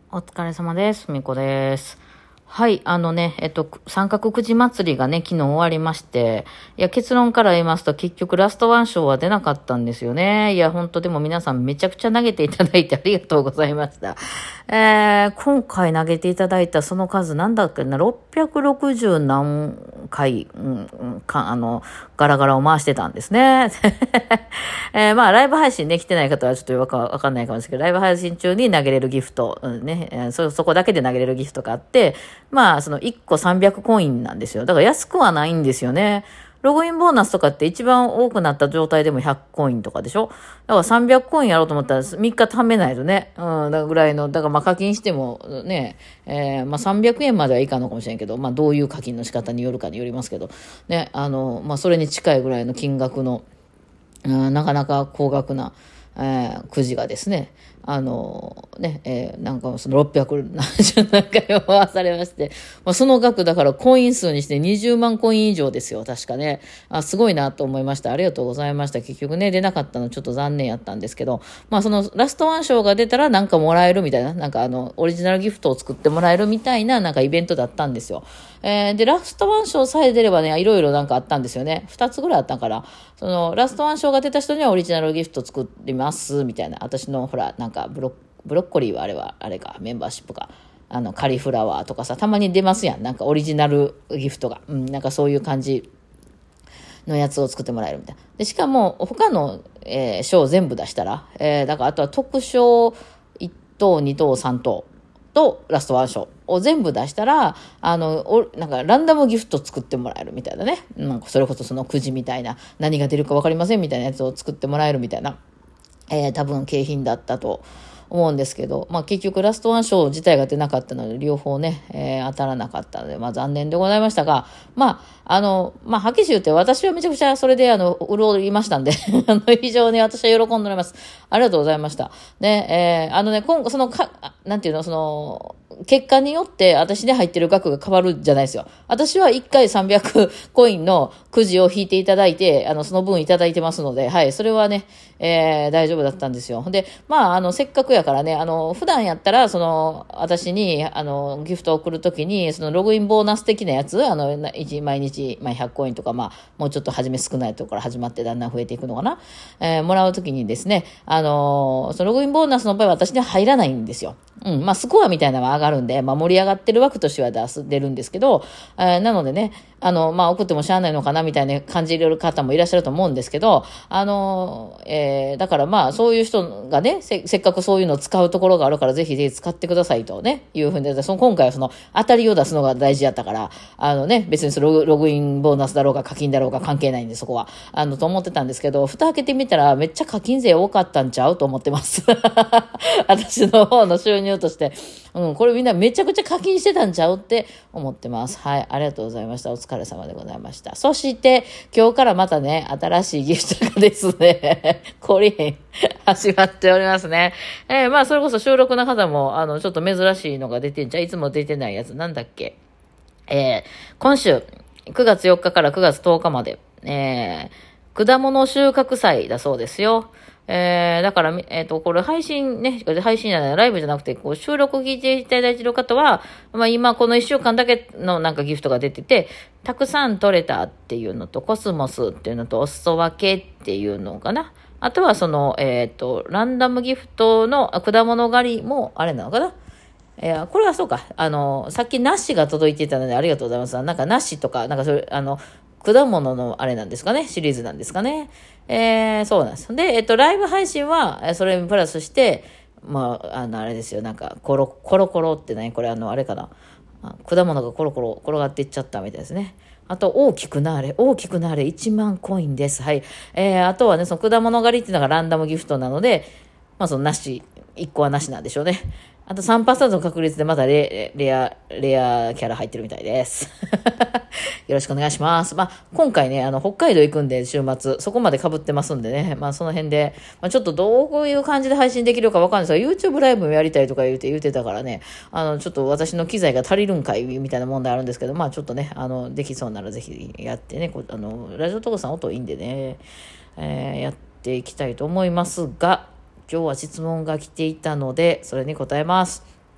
お疲れ様です。みこです。はい、三角くじ祭りがね、昨日終わりまして、いや、結論から言いますと、結局ラストワン賞は出なかったんですよね。いや、本当でも皆さんめちゃくちゃ投げていただいてありがとうございました。今回投げていただいたその数なんだっけな、660何回、ガラガラを回してたんですね。まあ、ライブ配信できてない方はちょっとわかんないかもしれないけど、ライブ配信中に投げれるギフト、そこだけで投げれるギフトがあって、まあ、その1個300コインなんですよ。だから安くはないんですよね。ログインボーナスとかって一番多くなった状態でも100コインとかでしょ。だから300コインやろうと思ったら3日貯めないとね。だからぐらいの、だからまあ課金してもね、まあ300円まではいいかのかもしれんけど、まあどういう課金の仕方によるかによりますけど、ね、まあそれに近いぐらいの金額の、なかなか高額な、くじがですね、なんかその670何回を回されまして、まあ、その額だからコイン数にして20万コイン以上ですよ、確かね。すごいなと思いました。ありがとうございました。結局ね、出なかったのちょっと残念やったんですけど、まあそのラストワン賞が出たらなんかもらえるみたいな、なんかオリジナルギフトを作ってもらえるみたいななんかイベントだったんですよ。で、ラストワン賞さえ出ればね、いろいろなんかあったんですよね。2つぐらいあったから、そのラストワン賞が出た人にはオリジナルギフト作りますみたいな。私のほらなんかブロッコリーはあれかメンバーシップかカリフラワーとかさ、たまに出ますやん、なんかオリジナルギフトが、なんかそういう感じのやつを作ってもらえるみたいな。でしかも他の賞全部出したら、だからあとは特賞1等2等3等とラストワン賞を全部出したら、なんかランダムギフト作ってもらえるみたいなね。なんかそれこそそのくじみたいな、何が出るか分かりませんみたいなやつを作ってもらえるみたいな、多分景品だったと思うんですけど、まあ結局ラストワン賞自体が出なかったので、両方ね、当たらなかったので、まあ残念でございましたが、まあ、まあ、はっきり言って私はめちゃくちゃそれで潤いましたんで、非常に私は喜んでおります。ありがとうございました。で、今後、なんていうの、結果によって私で入ってる額が変わるじゃないですよ。私は1回300コインのくじを引いていただいて、その分いただいてますので、はい、それはね、大丈夫だったんですよ。で、まあ、せっかくやからね、普段やったら、私に、ギフトを送るときに、ログインボーナス的なやつ、毎日、100コインとか、まあ、もうちょっと初め少ないところから始まってだんだん増えていくのかな。もらうときにですね、ログインボーナスの場合は私には入らないんですよ。まあ、スコアみたいなのは上がるんで、まあ、盛り上がってる枠としては出るんですけど、なのでね、まあ、送ってもしゃあないのかなみたいな感じる方もいらっしゃると思うんですけど、だからまあ、そういう人がね、せっかくそういうのを使うところがあるから、ぜひぜひ使ってくださいとね、いうふうに、今回は当たりを出すのが大事やったから、別にログインボーナスだろうが課金だろうが関係ないんで、そこは。と思ってたんですけど、蓋開けてみたらめっちゃ課金税多かったんちゃうと思ってます。私の方の収入として。これみんなめちゃくちゃ課金してたんちゃうって思ってます。はい、ありがとうございました。お疲れ様でございました。そして、今日からまたね、新しいギフトがですね、これ、始まっておりますね。まあ、それこそ収録の方も、ちょっと珍しいのが出てんじゃ、いつも出てないやつ、なんだっけ。今週、9月4日から9月10日まで、果物収穫祭だそうですよ。だから、これ配信じゃない、ライブじゃなくて、こう、収録聞いていただいている方は、まあ今この1週間だけのなんかギフトが出てて、たくさん取れたっていうのと、コスモスっていうのと、お裾分けっていうのかな。あとはランダムギフトの果物狩りも、あれなのかな。これはそうか。さっきナッシが届いてたのでありがとうございます。なんかナッシとか、なんかそれ、果物のあれなんですかね、シリーズなんですかね。そうなんです。で、ライブ配信は、それにプラスして、まあ、あれですよ、なんか、コロコロってね、これあれかな。果物がコロコロ転がっていっちゃったみたいですね。あと、大きくなれ、1万コインです。はい。あとはね、その果物狩りっていうのがランダムギフトなので、まあ、そのなし、1個はなしなんでしょうね。あと3%の確率でまだレアキャラ入ってるみたいです。よろしくお願いします。まあ、今回ね、北海道行くんで、週末、そこまで被ってますんでね、まあ、その辺で、まあ、ちょっとどういう感じで配信できるかわかんないですが、YouTube ライブもやりたいとか言ってたからね、ちょっと私の機材が足りるんかいみたいな問題あるんですけど、まあ、ちょっとね、できそうならぜひやってね、ラジオトークさん音いいんでね、やっていきたいと思いますが、今日は質問が来ていたので、それに答えます。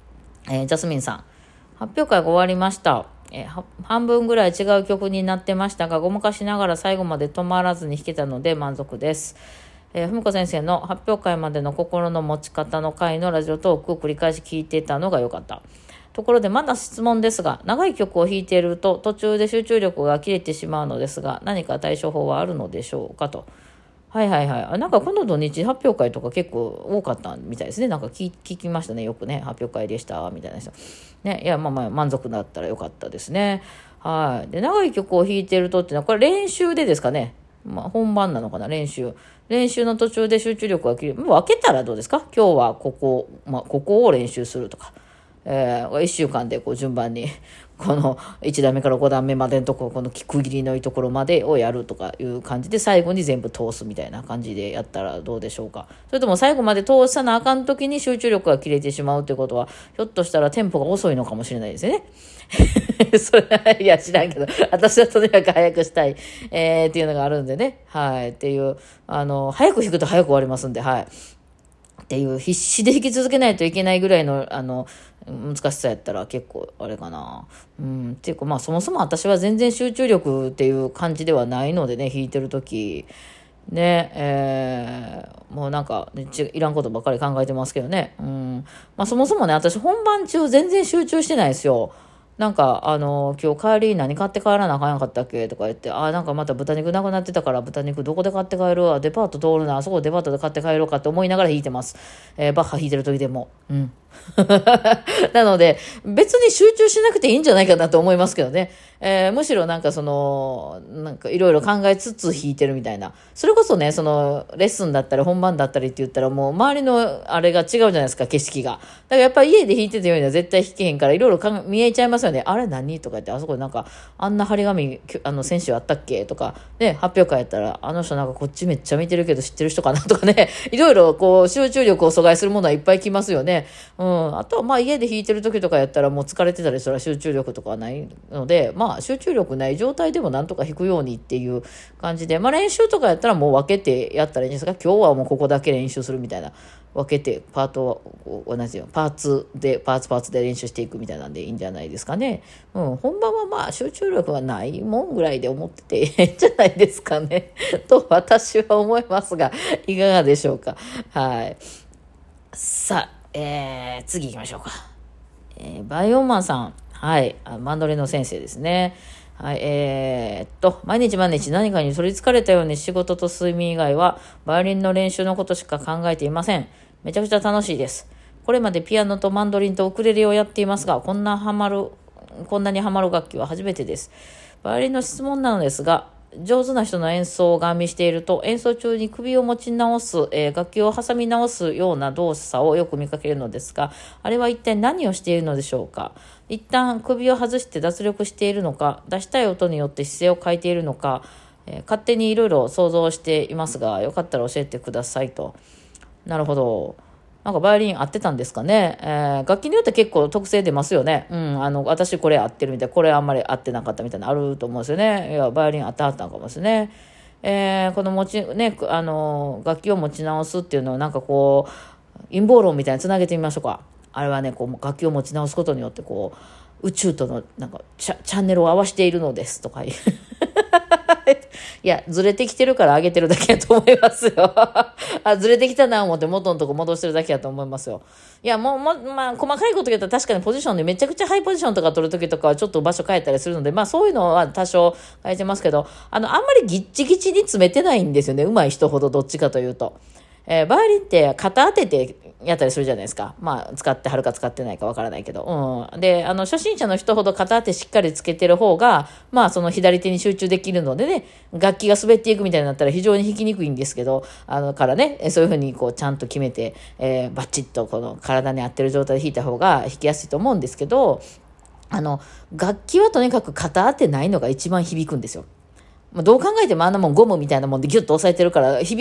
ジャスミンさん。発表会が終わりました。半分ぐらい違う曲になってましたが、ごまかしながら最後まで止まらずに弾けたので満足です。ふみこ先生の発表会までの心の持ち方の回のラジオトークを繰り返し聞いていたのが良かった。ところでまだ質問ですが、長い曲を弾いていると途中で集中力が切れてしまうのですが、何か対処法はあるのでしょうかと。はいはいはい。なんかこの土日発表会とか結構多かったみたいですね。なんか聞きましたね。よくね、発表会でした、みたいな人。ね、いや、まあ満足だったらよかったですね。はい。で、長い曲を弾いてるとっていうのは、これ練習でですかね。本番なのかな、練習。練習の途中で集中力が切れる。もう分けたらどうですか？今日はここを練習するとか。1週間でこう順番にこの1段目から5段目までのところ、この区切りのいいところまでをやるとかいう感じで、最後に全部通すみたいな感じでやったらどうでしょうか。それとも最後まで通さなあかん時に集中力が切れてしまうということは、ひょっとしたらテンポが遅いのかもしれないですよね。それいや知らんけど、私はとにかく早くしたい、っていうのがあるんでね。はい。っていう、早く弾くと早く終わりますんで、はい。っていう必死で弾き続けないといけないぐらいの難しさやったら結構あれかな。っていうかそもそも私は全然集中力っていう感じではないのでね、弾いてる時ね、もうなんかいらんことばっかり考えてますけどね。そもそもね、私本番中全然集中してないですよ。なんか、今日帰り何買って帰らなあかんかったっけとか言って、なんかまた豚肉なくなってたから豚肉どこで買って帰るわ、デパート通るな、あそこデパートで買って帰ろうかって思いながら弾いてます。バッハ弾いてる時でも。なので、別に集中しなくていいんじゃないかなと思いますけどね。むしろなんかなんかいろいろ考えつつ弾いてるみたいな。それこそね、レッスンだったり本番だったりって言ったらもう周りのあれが違うじゃないですか、景色が。だからやっぱり家で弾いてたようには絶対弾けへんからいろいろ見えちゃいますよね。あれ何とか言って、あそこでなんか、あんな張り紙、選手あったっけとか、ね、発表会やったら、あの人なんかこっちめっちゃ見てるけど知ってる人かなとかね、いろいろこう集中力を阻害するものはいっぱいきますよね。あとは家で弾いてる時とかやったらもう疲れてたりしたら集中力とかはないので、集中力ない状態でもなんとか弾くようにっていう感じで、練習とかやったらもう分けてやったらいいんですか。今日はもうここだけ練習するみたいな。分けてパートを同じよパーツで練習していくみたいなんでいいんじゃないですかね。本番は集中力はないもんぐらいで思ってていいんじゃないですかねと私は思いますが、いかがでしょうか。はい。さあ、次行きましょうか。バイオマンさん。はい。マンドレの先生ですね。はい。毎日何かに取り憑かれたように仕事と睡眠以外は、バイオリンの練習のことしか考えていません。めちゃくちゃ楽しいです。これまでピアノとマンドリンとウクレレをやっていますが、こんなにハマる楽器は初めてです。バイオリンの質問なのですが、上手な人の演奏をガン見していると、演奏中に首を持ち直す、楽器を挟み直すような動作をよく見かけるのですが、あれは一体何をしているのでしょうか。一旦首を外して脱力しているのか、出したい音によって姿勢を変えているのか、勝手にいろいろ想像していますが、よかったら教えてくださいと。なるほど。なんかバイオリン合ってたんですかね。楽器によって結構特性出ますよね。私これ合ってるみたいな、これあんまり合ってなかったみたいなのあると思うんですよね。いや、バイオリン合ってはったのかもですね。この楽器を持ち直すっていうのをなんかこう、陰謀論みたいにつなげてみましょうか。あれはね、こう楽器を持ち直すことによってこう、宇宙とのなんかチャンネルを合わせているのですとかいや、ずれてきてるから上げてるだけやと思いますよ。ずれてきたな思って元のとこ戻してるだけやと思いますよ。いや、細かいこと言ったら確かにポジションでめちゃくちゃハイポジションとか取るときとかはちょっと場所変えたりするので、そういうのは多少変えてますけど、あんまりギッチギチに詰めてないんですよね。上手い人ほどどっちかというと。バイオリンって肩当ててやったりするじゃないですか。使ってはるか使ってないかわからないけど。で、初心者の人ほど肩当てしっかりつけてる方が、その左手に集中できるのでね、楽器が滑っていくみたいになったら非常に弾きにくいんですけど、からね、そういうふうにこうちゃんと決めて、バッチッとこの体に合ってる状態で弾いた方が弾きやすいと思うんですけど、楽器はとにかく肩当てないのが一番響くんですよ。どう考えてもあんなもんゴムみたいなもんでギュッと押さえてるから響かなく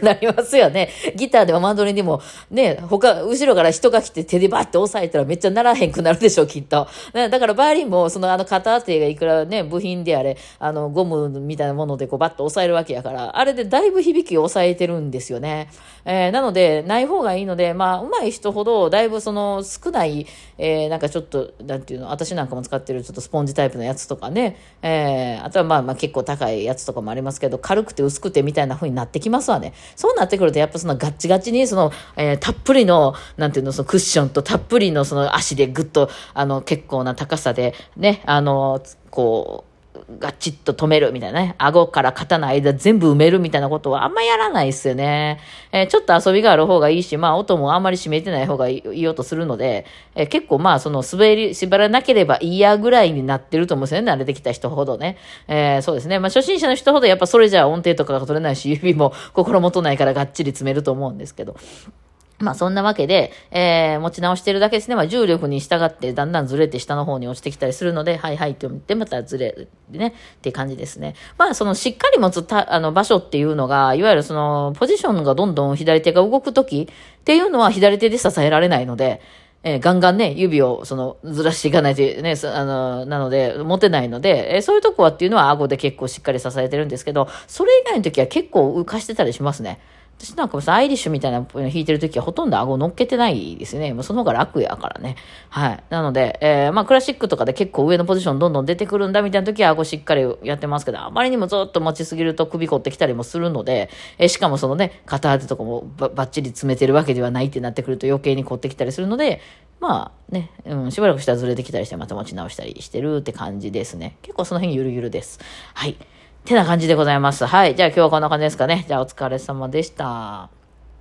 なりますよね。ギターでもマンドリンでも、ね、後ろから人が来て手でバッて押さえたらめっちゃならへんくなるでしょ、きっと。だからバイオリンも、片手がいくらね、部品であれ、ゴムみたいなものでこうバッと押さえるわけやから、あれでだいぶ響きを抑えてるんですよね。なので、ない方がいいので、まあ、上手い人ほど、だいぶ少ない、なんかちょっと、なんていうの、私なんかも使ってるちょっとスポンジタイプのやつとかね、あとはまあ結構高いやつとかもありますけど、軽くて薄くてみたいな風になってきますわね。そうなってくると、やっぱガッチガチにたっぷりの、なんていうの、クッションとたっぷりの足でぐっと、結構な高さで、ね、こう、ガチッと止めるみたいなね。顎から肩の間全部埋めるみたいなことはあんまやらないですよね。ちょっと遊びがある方がいいし、まあ音もあんまり締めてない方がいいよとするので、結構まあ縛らなければいいやぐらいになってると思うんですよね。慣れてきた人ほどね。そうですね。まあ初心者の人ほどやっぱそれじゃ音程とかが取れないし、指も心もとないからがっちり詰めると思うんですけど。まあそんなわけで、持ち直してるだけですね。まあ重力に従ってだんだんずれて下の方に落ちてきたりするので、はいはいって思ってまたずれねっていう感じですね。まあしっかり持つ場所っていうのが、いわゆるポジションがどんどん左手が動くときっていうのは左手で支えられないので、ガンガンね、指をずらしていかないとね、なので、持てないので、そういうとこはっていうのは顎で結構しっかり支えてるんですけど、それ以外の時は結構浮かしてたりしますね。私なんかもさ、アイリッシュみたいなの弾いてるときはほとんど顎乗っけてないですね。もうその方が楽やからね。はい。なので、まあクラシックとかで結構上のポジションどんどん出てくるんだみたいなときは顎しっかりやってますけど、あまりにもずっと持ちすぎると首凝ってきたりもするので、しかも片当てとかもバッチリ詰めてるわけではないってなってくると余計に凝ってきたりするので、まあね、しばらくしたらずれてきたりしてまた持ち直したりしてるって感じですね。結構その辺ゆるゆるです。はい。てな感じでございます。はい。じゃあ今日はこんな感じですかね。じゃあお疲れ様でした。